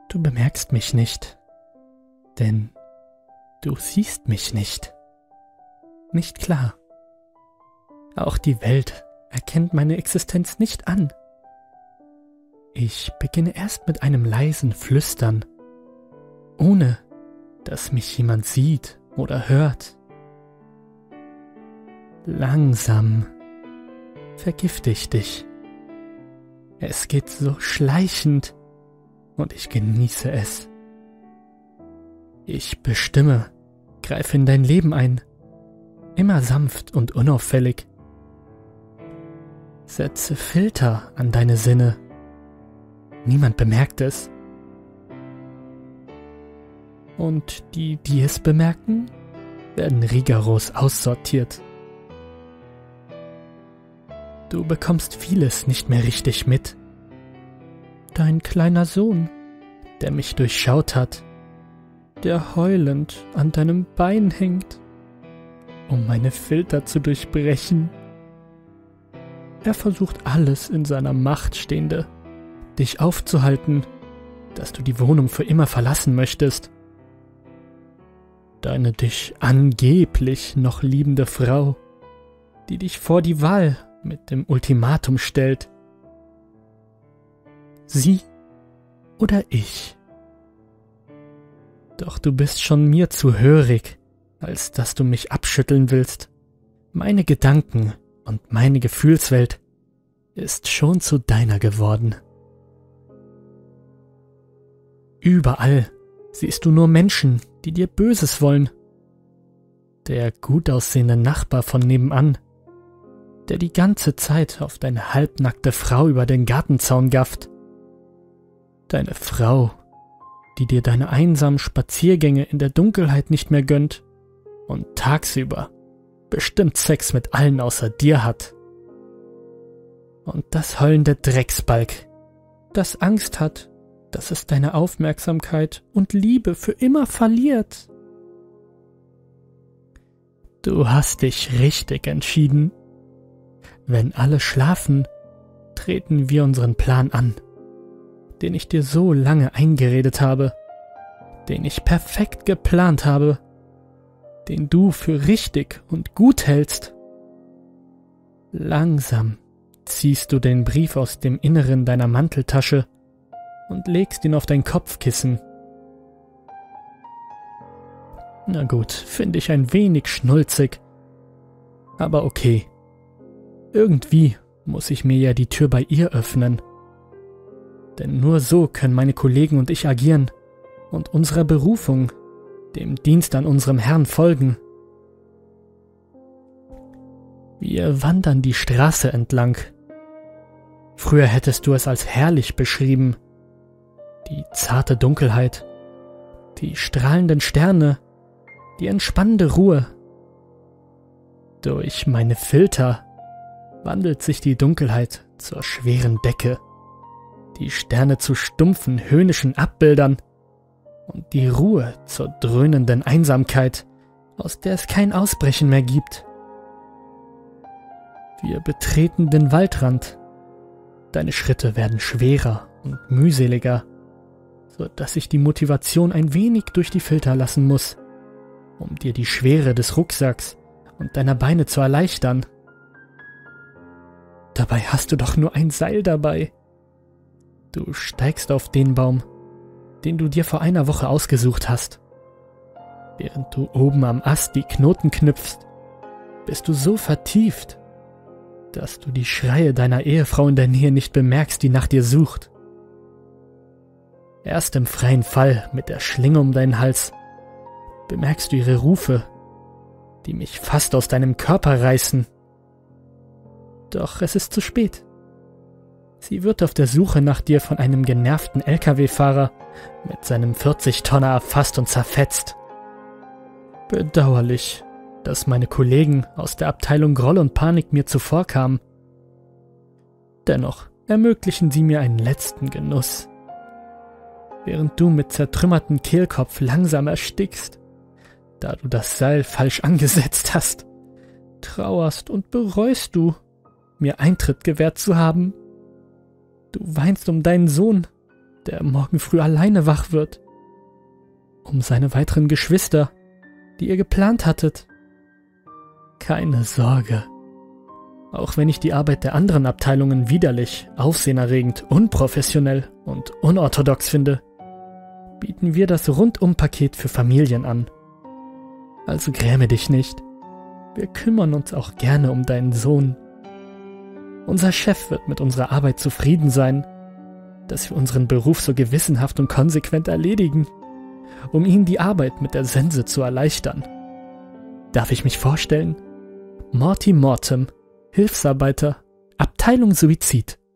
Du bemerkst mich nicht, denn du siehst mich nicht. Nicht klar. Auch die Welt erkennt meine Existenz nicht an. Ich beginne erst mit einem leisen Flüstern, ohne dass mich jemand sieht oder hört. Langsam vergifte ich dich. Es geht so schleichend und ich genieße es. Ich bestimme, greife in dein Leben ein, immer sanft und unauffällig. Setze Filter an deine Sinne. Niemand bemerkt es. Und die es bemerken, werden rigoros aussortiert. Du bekommst vieles nicht mehr richtig mit. Dein kleiner Sohn, der mich durchschaut hat, der heulend an deinem Bein hängt, um meine Filter zu durchbrechen. Er versucht alles in seiner Macht Stehende, dich aufzuhalten, dass du die Wohnung für immer verlassen möchtest. Deine dich angeblich noch liebende Frau, die dich vor die Wahl mit dem Ultimatum stellt. Sie oder ich? Doch du bist schon mir zu hörig, als dass du mich abschütteln willst. Meine Gedanken und meine Gefühlswelt ist schon zu deiner geworden. Überall siehst du nur Menschen, die dir Böses wollen. Der gut aussehende Nachbar von nebenan, der die ganze Zeit auf deine halbnackte Frau über den Gartenzaun gafft. Deine Frau, die dir deine einsamen Spaziergänge in der Dunkelheit nicht mehr gönnt und tagsüber bestimmt Sex mit allen außer dir hat. Und das heulende Drecksbalg, das Angst hat, dass es deine Aufmerksamkeit und Liebe für immer verliert. Du hast dich richtig entschieden. Wenn alle schlafen, treten wir unseren Plan an, den ich dir so lange eingeredet habe, den ich perfekt geplant habe, den du für richtig und gut hältst. Langsam ziehst du den Brief aus dem Inneren deiner Manteltasche und legst ihn auf dein Kopfkissen. Na gut, finde ich ein wenig schnulzig, aber okay. Irgendwie muss ich mir ja die Tür bei ihr öffnen. Denn nur so können meine Kollegen und ich agieren und unserer Berufung, dem Dienst an unserem Herrn, folgen. Wir wandern die Straße entlang. Früher hättest du es als herrlich beschrieben. Die zarte Dunkelheit, die strahlenden Sterne, die entspannende Ruhe. Durch meine Filter wandelt sich die Dunkelheit zur schweren Decke, die Sterne zu stumpfen, höhnischen Abbildern und die Ruhe zur dröhnenden Einsamkeit, aus der es kein Ausbrechen mehr gibt. Wir betreten den Waldrand. Deine Schritte werden schwerer und mühseliger, so dass ich die Motivation ein wenig durch die Filter lassen muss, um dir die Schwere des Rucksacks und deiner Beine zu erleichtern. Dabei hast du doch nur ein Seil dabei. Du steigst auf den Baum, den du dir vor einer Woche ausgesucht hast. Während du oben am Ast die Knoten knüpfst, bist du so vertieft, dass du die Schreie deiner Ehefrau in der Nähe nicht bemerkst, die nach dir sucht. Erst im freien Fall mit der Schlinge um deinen Hals bemerkst du ihre Rufe, die mich fast aus deinem Körper reißen. Doch es ist zu spät. Sie wird auf der Suche nach dir von einem genervten LKW-Fahrer mit seinem 40-Tonner erfasst und zerfetzt. Bedauerlich, dass meine Kollegen aus der Abteilung Groll und Panik mir zuvorkamen. Dennoch ermöglichen sie mir einen letzten Genuss. Während du mit zertrümmertem Kehlkopf langsam erstickst, da du das Seil falsch angesetzt hast, trauerst und bereust du, mir Eintritt gewährt zu haben. Du weinst um deinen Sohn, der morgen früh alleine wach wird. Um seine weiteren Geschwister, die ihr geplant hattet. Keine Sorge. Auch wenn ich die Arbeit der anderen Abteilungen widerlich, aufsehenerregend, unprofessionell und unorthodox finde, bieten wir das Rundum-Paket für Familien an. Also gräme dich nicht. Wir kümmern uns auch gerne um deinen Sohn. Unser Chef wird mit unserer Arbeit zufrieden sein, dass wir unseren Beruf so gewissenhaft und konsequent erledigen, um ihm die Arbeit mit der Sense zu erleichtern. Darf ich mich vorstellen? Morty Mortem, Hilfsarbeiter, Abteilung Suizid.